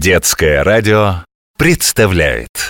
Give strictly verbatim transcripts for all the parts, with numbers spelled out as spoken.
Детское радио представляет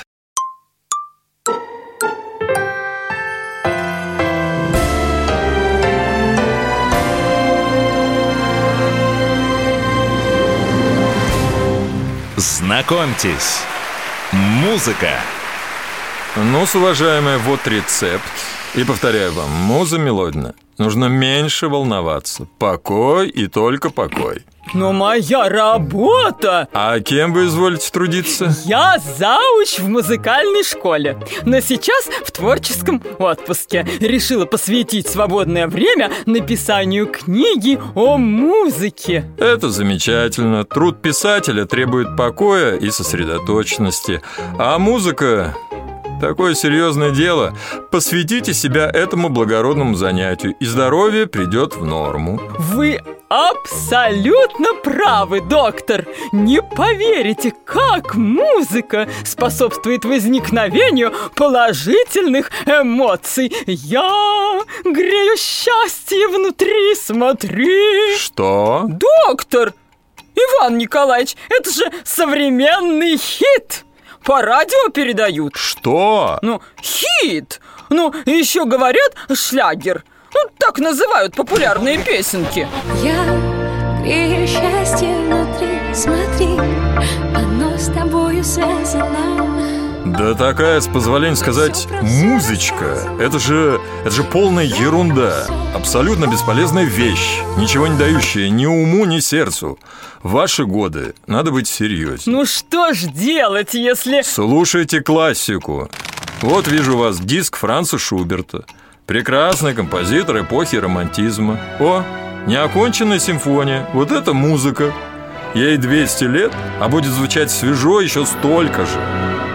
Знакомьтесь, музыка. Ну-с, уважаемые, вот рецепт. И повторяю вам, Муза Мелодина, нужно меньше волноваться. Покой и только покой. Но моя работа... А кем вы изволите трудиться? Я зауч в музыкальной школе. Но сейчас в творческом отпуске. Решила посвятить свободное время написанию книги о музыке. Это замечательно. Труд писателя требует покоя и сосредоточенности. А музыка... такое серьезное дело. Посвятите себя этому благородному занятию, и здоровье придет в норму. Вы абсолютно правы, доктор. Не поверите, как музыка способствует возникновению положительных эмоций. Я грею счастье внутри, смотри. Что? Доктор! Иван Николаевич, это же современный хит. По радио передают. Что? Ну, хит. Ну, еще говорят шлягер. Ну, так называют популярные песенки. Я грею счастье внутри, смотри, оно с тобою связано. Да такая, с позволения сказать, музычка. Это же, это же полная ерунда. Абсолютно бесполезная вещь, ничего не дающая ни уму, ни сердцу. В ваши годы надо быть серьезнее. Ну что ж делать, если... Слушайте классику. Вот вижу у вас диск Франца Шуберта. Прекрасный композитор эпохи романтизма. О, неоконченная симфония. Вот это музыка. Ей двести лет, а будет звучать свежо еще столько же.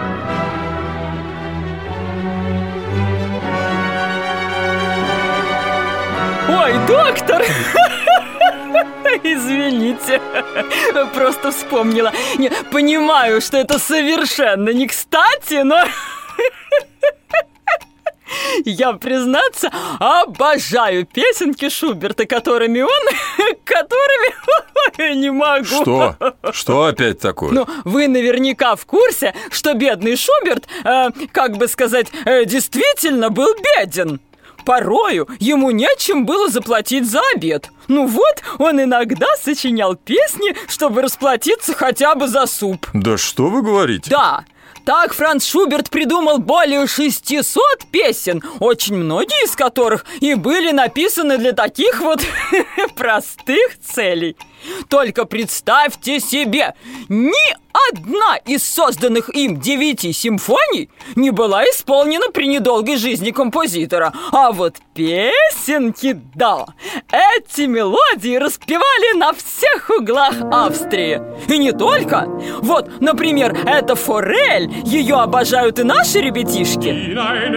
Ой, доктор! Извините, просто вспомнила. Не, понимаю, что это совершенно не кстати, но... Я, признаться, обожаю песенки Шуберта, которыми он... Которыми... Не могу. Что? Что опять такое? Ну, вы наверняка в курсе, что бедный Шуберт, э, как бы сказать, э, действительно был беден. Порою ему нечем было заплатить за обед. Ну вот, он иногда сочинял песни, чтобы расплатиться хотя бы за суп. Да что вы говорите? Да, так Франц Шуберт придумал более шестисот песен, очень многие из которых и были написаны для таких вот простых целей. Только представьте себе, ни одна из созданных им девяти симфоний не была исполнена при недолгой жизни композитора. А вот песенки, да, эти мелодии распевали на всех углах Австрии. И не только. Вот, например, эта форель, ее обожают и наши ребятишки.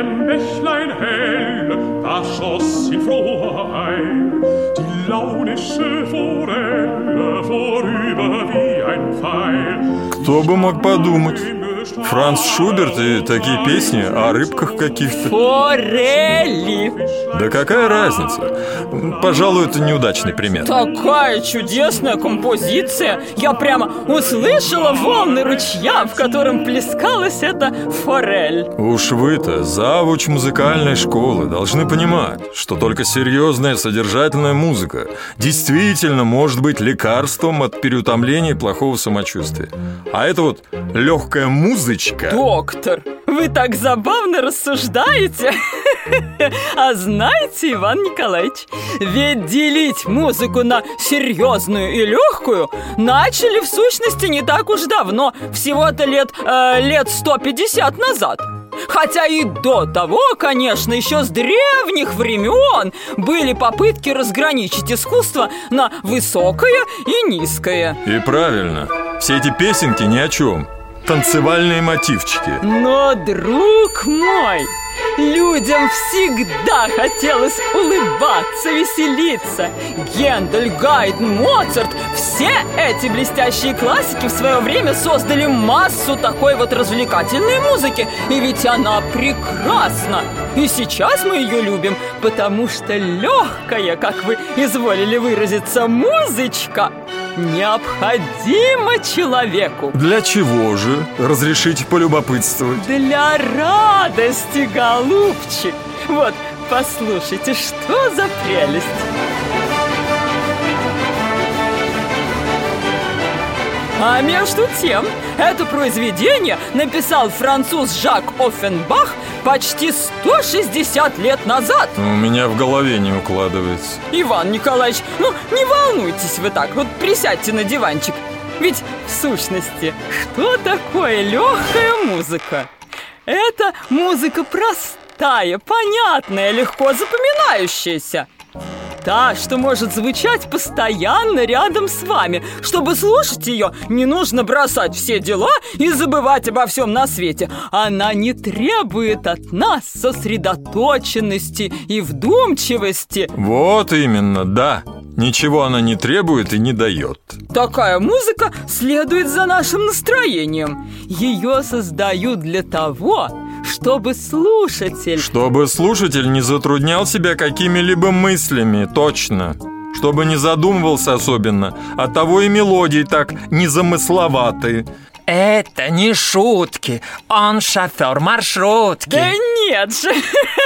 Кто бы мог подумать? Франц Шуберт и такие песни о рыбках каких-то. Форели. Да какая разница? Пожалуй, это неудачный пример. Такая чудесная композиция. Я прямо услышала волны ручья, в котором плескалась эта форель. Уж вы-то, завуч музыкальной школы, должны понимать, что только серьезная содержательная музыка действительно может быть лекарством от переутомления и плохого самочувствия. А это вот легкая музыка. Доктор, вы так забавно рассуждаете. А знаете, Иван Николаевич, ведь делить музыку на серьезную и легкую начали в сущности не так уж давно, всего-то лет, э, лет сто пятьдесят назад. Хотя и до того, конечно, еще с древних времен были попытки разграничить искусство на высокое и низкое. И правильно, все эти песенки ни о чем. Танцевальные мотивчики. Но, друг мой, людям всегда хотелось улыбаться, веселиться. Гендель, Гайдн, Моцарт — все эти блестящие классики в свое время создали массу такой вот развлекательной музыки. И ведь она прекрасна. И сейчас мы ее любим, потому что легкая, как вы изволили выразиться, музычка необходимо человеку. Для чего же? Разрешите полюбопытствовать. Для радости, голубчик. Вот, послушайте, что за прелесть. А между тем, это произведение написал француз Жак Оффенбах почти сто шестьдесят лет назад. У меня в голове не укладывается. Иван Николаевич, ну не волнуйтесь вы так, вот присядьте на диванчик. Ведь в сущности, что такое легкая музыка? Это музыка простая, понятная, легко запоминающаяся. Та, что может звучать постоянно рядом с вами. Чтобы слушать ее, не нужно бросать все дела и забывать обо всем на свете. Она не требует от нас сосредоточенности и вдумчивости. Вот именно, да. Ничего она не требует и не дает. Такая музыка следует за нашим настроением. Ее создают для того, чтобы слушатель... Чтобы слушатель не затруднял себя какими-либо мыслями, точно. Чтобы не задумывался особенно. Оттого и мелодии так незамысловатые. Это не шутки, он шофер маршрутки. Да нет же,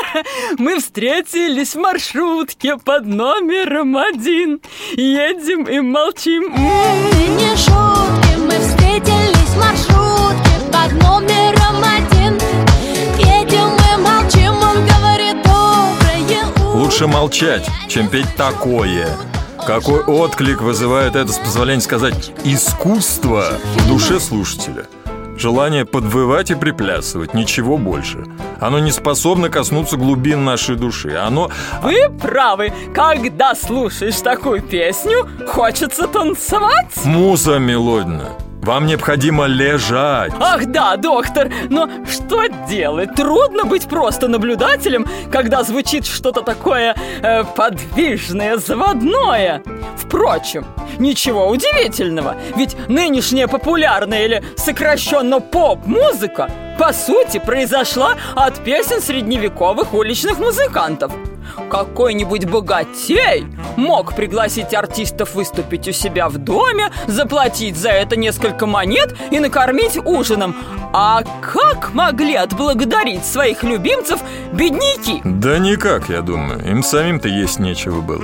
мы встретились в маршрутке под номером один. Едем и молчим. Это не шутки, мы встретились в маршрутке под номером один. Едем и молчим, он говорит доброе утро. Лучше молчать, чем петь такое. Какой отклик вызывает это, с позволения сказать, искусство в душе слушателя. Желание подвывать и приплясывать, ничего больше. Оно не способно коснуться глубин нашей души. Оно... Вы правы, когда слушаешь такую песню, хочется танцевать. Муза Мелодина, вам необходимо лежать. Ах да, доктор, но что делать? Трудно быть просто наблюдателем, когда звучит что-то такое э, подвижное, заводное. Впрочем, ничего удивительного, ведь нынешняя популярная или сокращенно поп-музыка по сути произошла от песен средневековых уличных музыкантов. Какой-нибудь богатей мог пригласить артистов выступить у себя в доме, заплатить за это несколько монет и накормить ужином. А как могли отблагодарить своих любимцев бедняки? Да никак, я думаю. Им самим-то есть нечего было.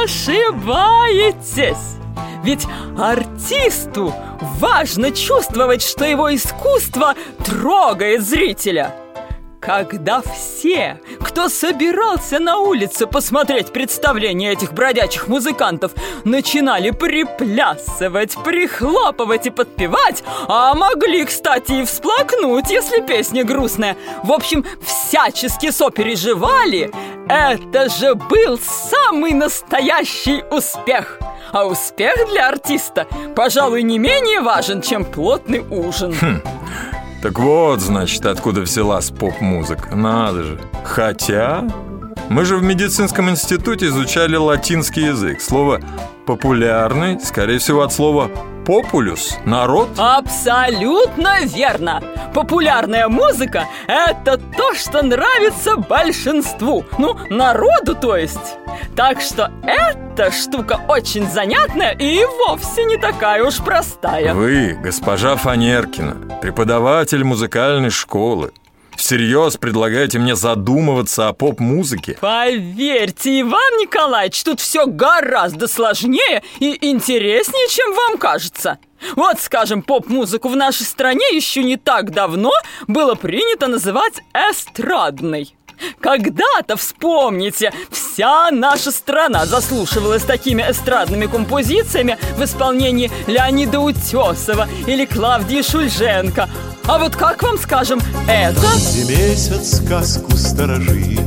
Ошибаетесь! Ведь артисту важно чувствовать, что его искусство трогает зрителя. Когда все, кто собирался на улице посмотреть представление этих бродячих музыкантов, начинали приплясывать, прихлопывать и подпевать, а могли, кстати, и всплакнуть, если песня грустная, в общем, всячески сопереживали, это же был самый настоящий успех. А успех для артиста, пожалуй, не менее важен, чем плотный ужин. Хм. Так вот, значит, откуда взялась поп-музыка. Надо же. Хотя мы же в медицинском институте изучали латинский язык. Слово «популярный», скорее всего, от слова «популюс» – народ. Абсолютно верно. Популярная музыка – это то, что нравится большинству. Ну, народу, то есть. Так что эта штука очень занятная и вовсе не такая уж простая. Вы, госпожа Фанеркина, преподаватель музыкальной школы, всерьез предлагаете мне задумываться о поп-музыке? Поверьте, Иван Николаевич, тут все гораздо сложнее и интереснее, чем вам кажется. Вот, скажем, поп-музыку в нашей стране еще не так давно было принято называть эстрадной. Когда-то, вспомните, вся наша страна заслушивалась такими эстрадными композициями в исполнении Леонида Утесова или Клавдии Шульженко. А вот как вам, скажем, это? Где месяц сказку сторожит,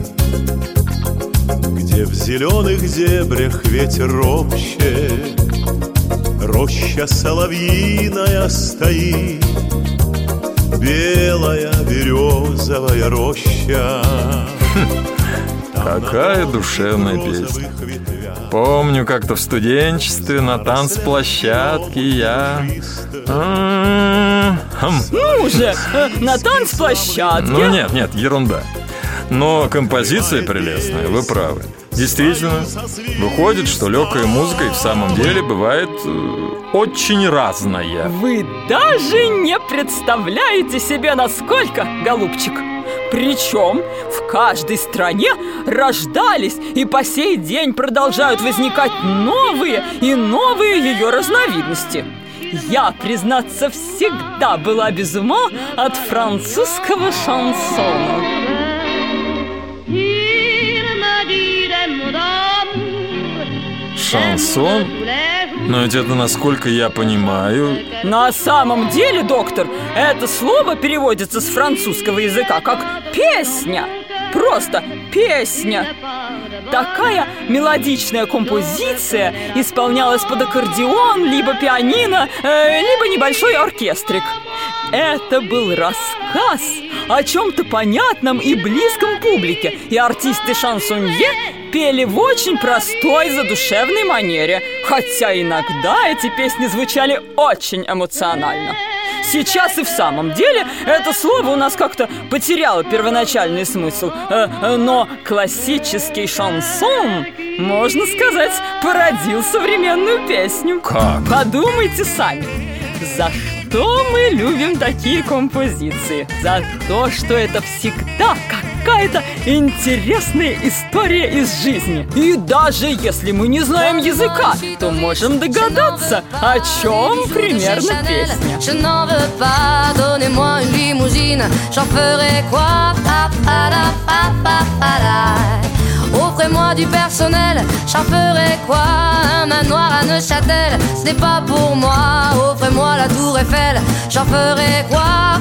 где в зеленых дебрях ветер ропщет, роща соловьиная стоит, белая березовая роща. Какая душевная песня. Помню, как-то в студенчестве на танцплощадке я... Ну же, на танцплощадке. Ну нет, нет, ерунда. Но композиция прелестная, вы правы. Действительно, выходит, что легкая музыка и в самом деле бывает э, очень разная. Вы даже не представляете себе, насколько, голубчик. Причем в каждой стране рождались и по сей день продолжают возникать новые и новые ее разновидности. Я, признаться, всегда была без ума от французского шансона. Шансон? Но ведь это, насколько я понимаю... На самом деле, доктор, это слово переводится с французского языка как «песня». Просто «песня». Такая мелодичная композиция исполнялась под аккордеон, либо пианино, э, либо небольшой оркестрик. Это был рассказ о чем-то понятном и близком публике, и артисты-шансонье пели в очень простой, задушевной манере, хотя иногда эти песни звучали очень эмоционально. Сейчас и в самом деле это слово у нас как-то потеряло первоначальный смысл, э, э, но классический шансон, можно сказать, породил современную песню. Как? Подумайте сами, за что мы любим такие композиции? За то, что это всегда какая-то интересная история из жизни. И даже если мы не знаем языка, то можем догадаться, о чем примерно песня. Offrez-moi du personnel, j'en ferai quoi? Un manoir à Neuchâtel, ce n'est pas pour moi. Offrez-moi la tour Eiffel, j'en ferai quoi?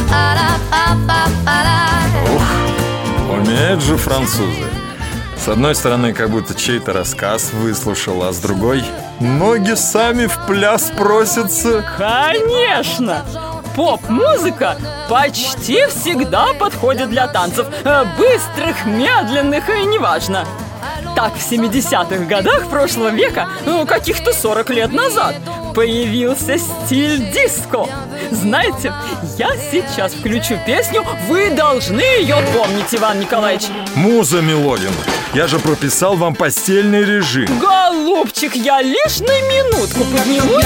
Ух, умеют же французы. С одной стороны, как будто чей-то рассказ выслушал, а с другой, ноги сами в пляс просятся. Конечно! Поп-музыка почти всегда подходит для танцев. Быстрых, медленных и неважно. Так в семидесятых годах прошлого века, ну, каких-то сорок лет назад, появился стиль диско. Знаете, я сейчас включу песню, вы должны ее помнить, Иван Николаевич. Муза Мелодина, я же прописал вам постельный режим. Голубчик, я лишь на минутку поднимусь.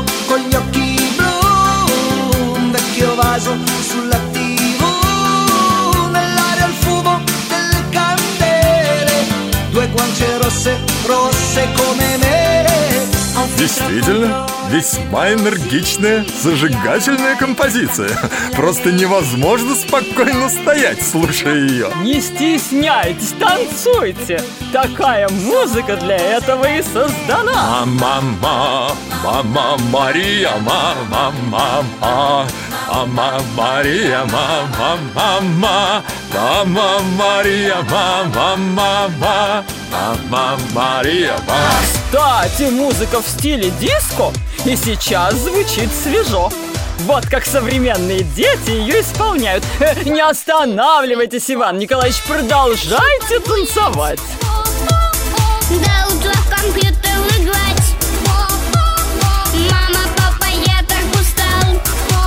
Vecchio vaso sulla tivù, nell'aria il fumo delle candele, due guance rosse, rosse come mele. Действительно, весьма энергичная, зажигательная композиция. Просто невозможно спокойно стоять, слушая ее. Не стесняйтесь, танцуйте. Такая музыка для этого и создана. Мама, мама, Мария, мама, мама, мама, Мария, мама, мама, мама, Мария, мама, мама, мама, Мария, мама. Кстати, музыка в стиле диско и сейчас звучит свежо. Вот как современные дети ее исполняют. Э, не останавливайтесь, Иван Николаевич, продолжайте танцевать. До утра в компьютер играть. Мама, папа, я так устал.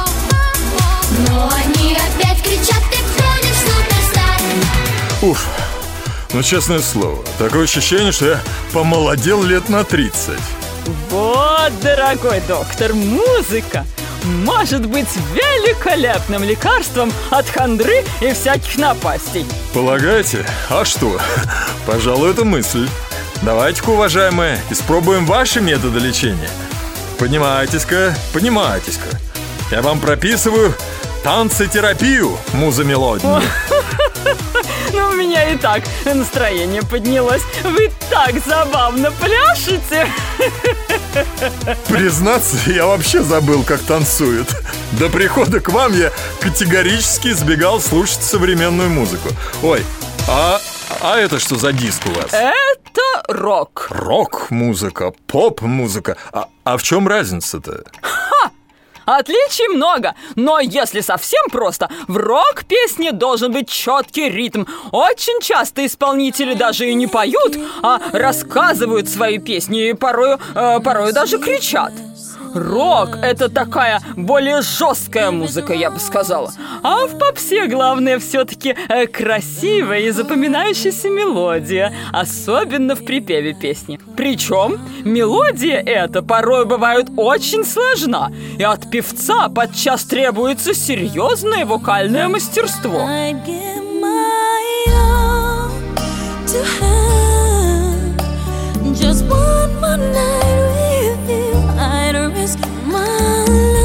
Но они опять кричат, ты будешь суперстар. Уф, ну честное слово, такое ощущение, что я помолодел лет на тридцать. Вот, дорогой доктор, музыка может быть великолепным лекарством от хандры и всяких напастей. Полагаете? А что? Пожалуй, это мысль. Давайте-ка, уважаемые, испробуем ваши методы лечения. Поднимайтесь-ка, поднимайтесь-ка. Я вам прописываю танцетерапию, муза Мелодина. Ну, у меня и так настроение поднялось. Вы так забавно пляшете. Признаться, я вообще забыл, как танцуют. До прихода к вам я категорически избегал слушать современную музыку. Ой, а, а это что за диск у вас? Это рок. Рок-музыка, поп-музыка. А, а в чем разница-то? Отличий много, но если совсем просто, в рок-песне должен быть четкий ритм. Очень часто исполнители даже и не поют, а рассказывают свои песни и порою, э, порою даже кричат. Рок – это такая более жесткая музыка, я бы сказала. А в попсе главное все-таки э, красивая и запоминающаяся мелодия, особенно в припеве песни. Причем мелодия эта порой бывает очень сложна, и от певца подчас требуется серьезное вокальное мастерство. I'd give my all to have just one more night with you. I'd risk my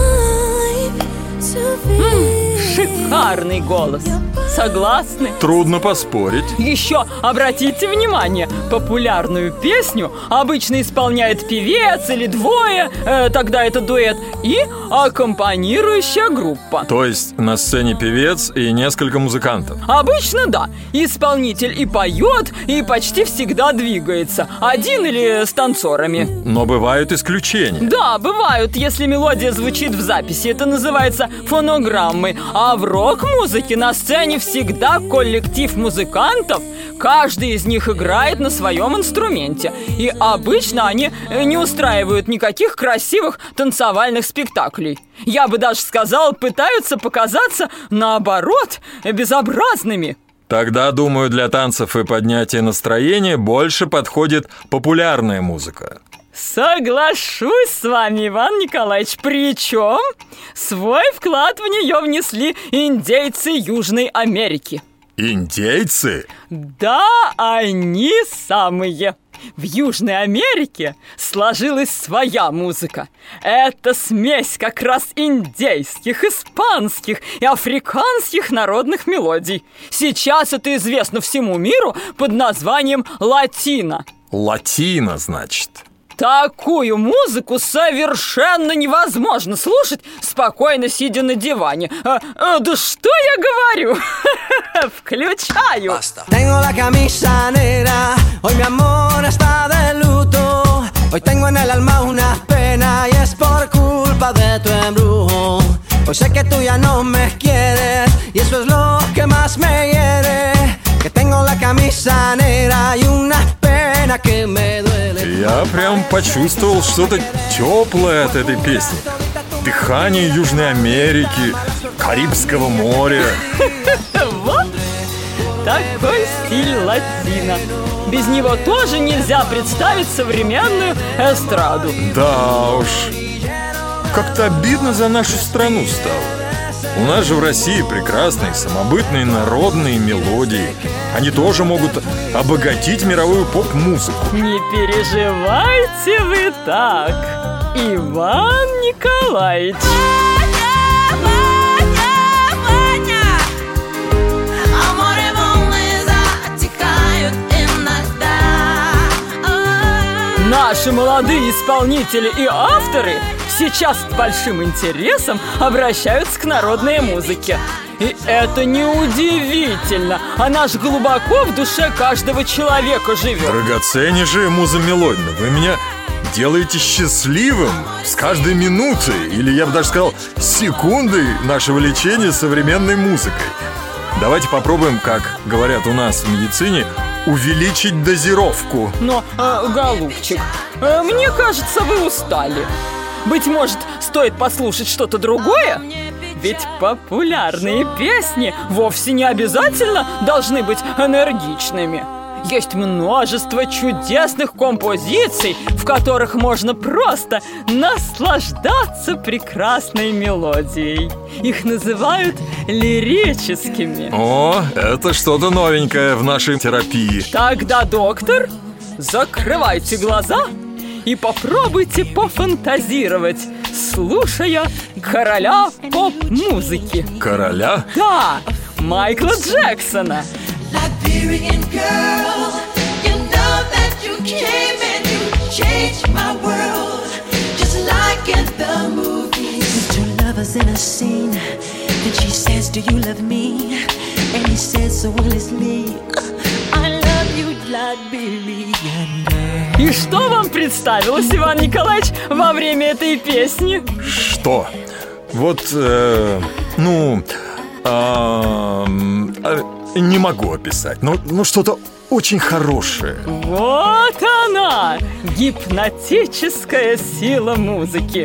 life to feel. Шикарный голос. Согласны? Трудно поспорить. Еще обратите внимание, популярную песню обычно исполняет певец или двое, э, тогда это дуэт, и аккомпанирующая группа. То есть на сцене певец и несколько музыкантов. Обычно да, исполнитель и поет, и почти всегда двигается, один или с танцорами. Но бывают исключения. Да, бывают, если мелодия звучит в записи, это называется фонограммой. А в рок-музыке на сцене всегда коллектив музыкантов, каждый из них играет на своем инструменте. И обычно они не устраивают никаких красивых танцевальных спектаклей. Я бы даже сказал, пытаются показаться, наоборот, безобразными. Тогда, думаю, для танцев и поднятия настроения больше подходит популярная музыка. Соглашусь с вами, Иван Николаевич. Причем свой вклад в нее внесли индейцы Южной Америки. Индейцы? Да, они самые. В Южной Америке сложилась своя музыка. Это смесь как раз индейских, испанских и африканских народных мелодий. Сейчас это известно всему миру под названием латино. Латино, значит. Такую музыку совершенно невозможно слушать, спокойно сидя на диване. а, а, Да что я говорю? Включаю. Tengo la camisa negra, hoy mi amor está de luto. Hoy tengo en el alma una pena y es por culpa de tu embrujo. Hoy sé que tú ya no me quieres y eso es lo que más me hiere. Que tengo la camisa negra y una pena que me duele. Я прям почувствовал что-то теплое от этой песни. Дыхание Южной Америки, Карибского моря. Вот такой стиль латино. Без него тоже нельзя представить современную эстраду. Да уж, как-то обидно за нашу страну стало. У нас же в России прекрасные самобытные народные мелодии. Они тоже могут обогатить мировую поп-музыку. Не переживайте вы так, Иван Николаевич. Наши молодые исполнители и авторы сейчас с большим интересом обращаются к народной музыке. И это неудивительно. Она ж глубоко в душе каждого человека живет. Драгоценнейшая муза Мелодина, вы меня делаете счастливым с каждой минутой, или я бы даже сказал, секундой нашего лечения современной музыкой. Давайте попробуем, как говорят у нас в медицине, увеличить дозировку. Но, э, голубчик, э, мне кажется, вы устали. Быть может, стоит послушать что-то другое? Ведь популярные песни вовсе не обязательно должны быть энергичными. Есть множество чудесных композиций, в которых можно просто наслаждаться прекрасной мелодией. Их называют лирическими. О, это что-то новенькое в нашей терапии. Тогда, доктор, закрывайте глаза и попробуйте пофантазировать, слушая короля поп-музыки. Короля? Да, Майкла Джексона. Liberian girl, you know that you came and you changed my world, just like in the movies. Two lovers in a scene, then she says, do you love me? And he says so willingly, I love you, Liberian girl. И что вам представилось, Иван Николаевич, во время этой песни? Что? Вот, э, ну, э, э, не могу описать, но, но что-то очень хорошее. Вот она, гипнотическая сила музыки.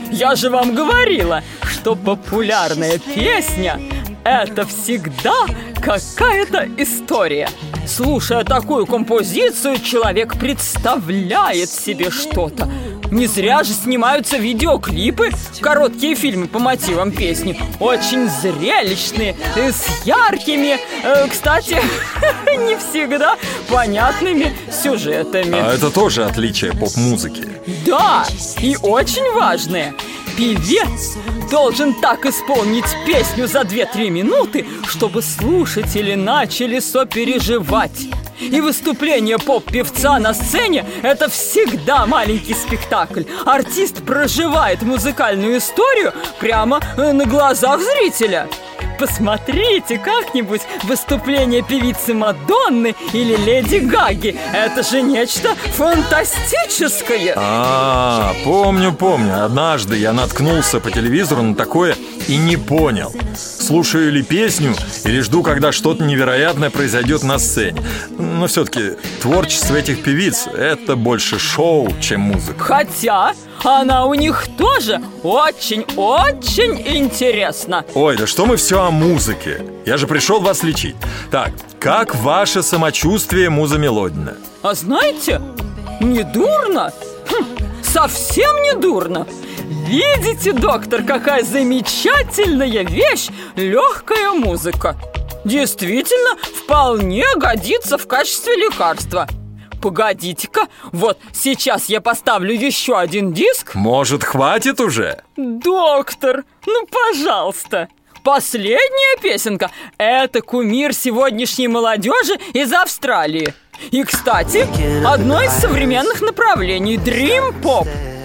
Я же вам говорила, что популярная песня – это всегда какая-то история. Слушая такую композицию, человек представляет себе что-то. Не зря же снимаются видеоклипы, короткие фильмы по мотивам песни. Очень зрелищные, с яркими, э, кстати, не всегда понятными сюжетами. А это тоже отличие поп-музыки. Да, и очень важное. Певец должен так исполнить песню за две-три минуты, чтобы слушатели начали сопереживать. И выступление поп-певца на сцене – это всегда маленький спектакль. Артист проживает музыкальную историю прямо на глазах зрителя. Посмотрите как-нибудь выступление певицы Мадонны или Леди Гаги. Это же нечто фантастическое. А, помню, помню. Однажды я наткнулся по телевизору на такое и не понял, слушаю ли песню или жду, когда что-то невероятное произойдет на сцене. Но все-таки творчество этих певиц – это больше шоу, чем музыка. Хотя она у них тоже очень-очень интересна. Ой, да что мы все о музыке? Я же пришел вас лечить. Так, как ваше самочувствие, Муза Мелодина? А знаете, не дурно. Хм, совсем не дурно. Видите, доктор, какая замечательная вещь легкая музыка. Действительно, вполне годится в качестве лекарства. Погодите-ка, вот сейчас я поставлю еще один диск. Может, хватит уже? Доктор, ну пожалуйста. Последняя песенка – это кумир сегодняшней молодежи из Австралии. И, кстати, одно из современных направлений – дрим-поп.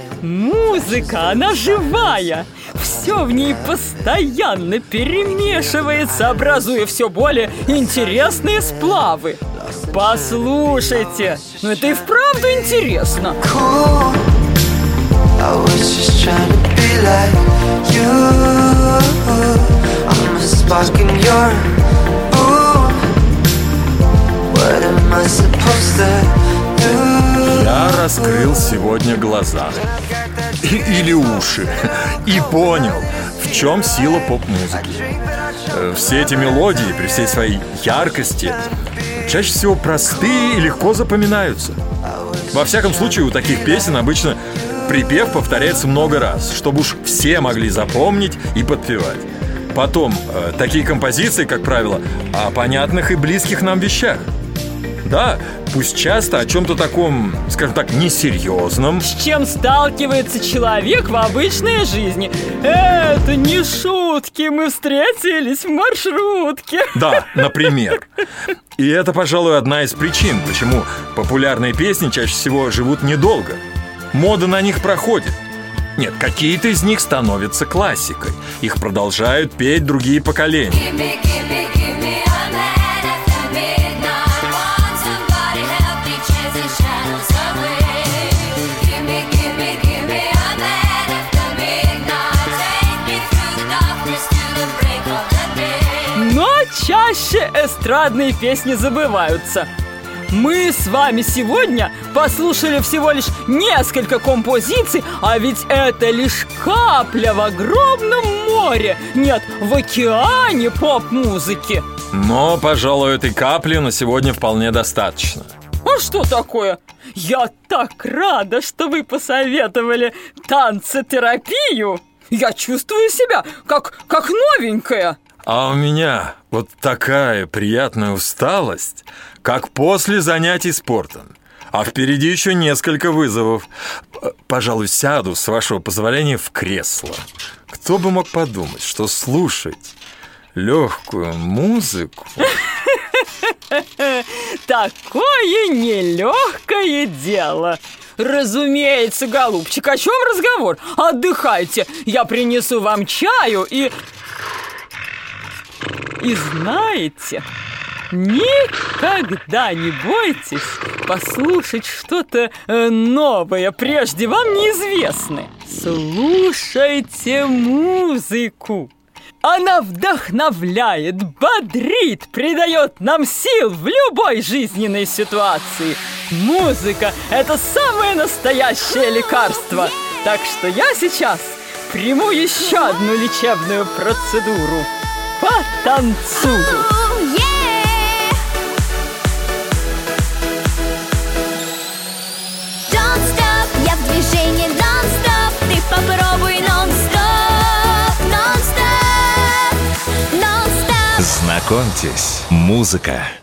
Музыка, она живая. Все в ней постоянно перемешивается, образуя все более интересные сплавы. Послушайте, ну это и вправду интересно. Я раскрыл сегодня глаза или уши и понял, в чем сила поп-музыки. Все эти мелодии, при всей своей яркости, чаще всего простые и легко запоминаются. Во всяком случае, у таких песен обычно припев повторяется много раз, чтобы уж все могли запомнить и подпевать. Потом, э, такие композиции, как правило, о понятных и близких нам вещах. Да, пусть часто о чем-то таком, скажем так, несерьезном. С чем сталкивается человек в обычной жизни. Это не шутки, мы встретились в маршрутке. Да, например. И это, пожалуй, одна из причин, почему популярные песни чаще всего живут недолго. Мода на них проходит. Нет, какие-то из них становятся классикой. Их продолжают петь другие поколения. Но чаще эстрадные песни забываются. Мы с вами сегодня послушали всего лишь несколько композиций, а ведь это лишь капля в огромном море, нет, в океане поп-музыки. Но, пожалуй, этой капли на сегодня вполне достаточно. А что такое? Я так рада, что вы посоветовали танцетерапию. Я чувствую себя как, как новенькая. А у меня вот такая приятная усталость, как после занятий спортом. А впереди еще несколько вызовов. Пожалуй, сяду, с вашего позволения, в кресло. Кто бы мог подумать, что слушать легкую музыку... Такое нелегкое дело. Разумеется, голубчик, о чем разговор? Отдыхайте, я принесу вам чаю и... И знаете, никогда не бойтесь послушать что-то новое, прежде вам неизвестное. Слушайте музыку. Она вдохновляет, бодрит, придает нам сил в любой жизненной ситуации. Музыка – это самое настоящее лекарство. Так что я сейчас приму еще одну лечебную процедуру. Потанцую. Oh, yeah. Don't stop, я в движении non-stop. Ты попробуй non-stop, non-stop, non-stop. Знакомьтесь, музыка.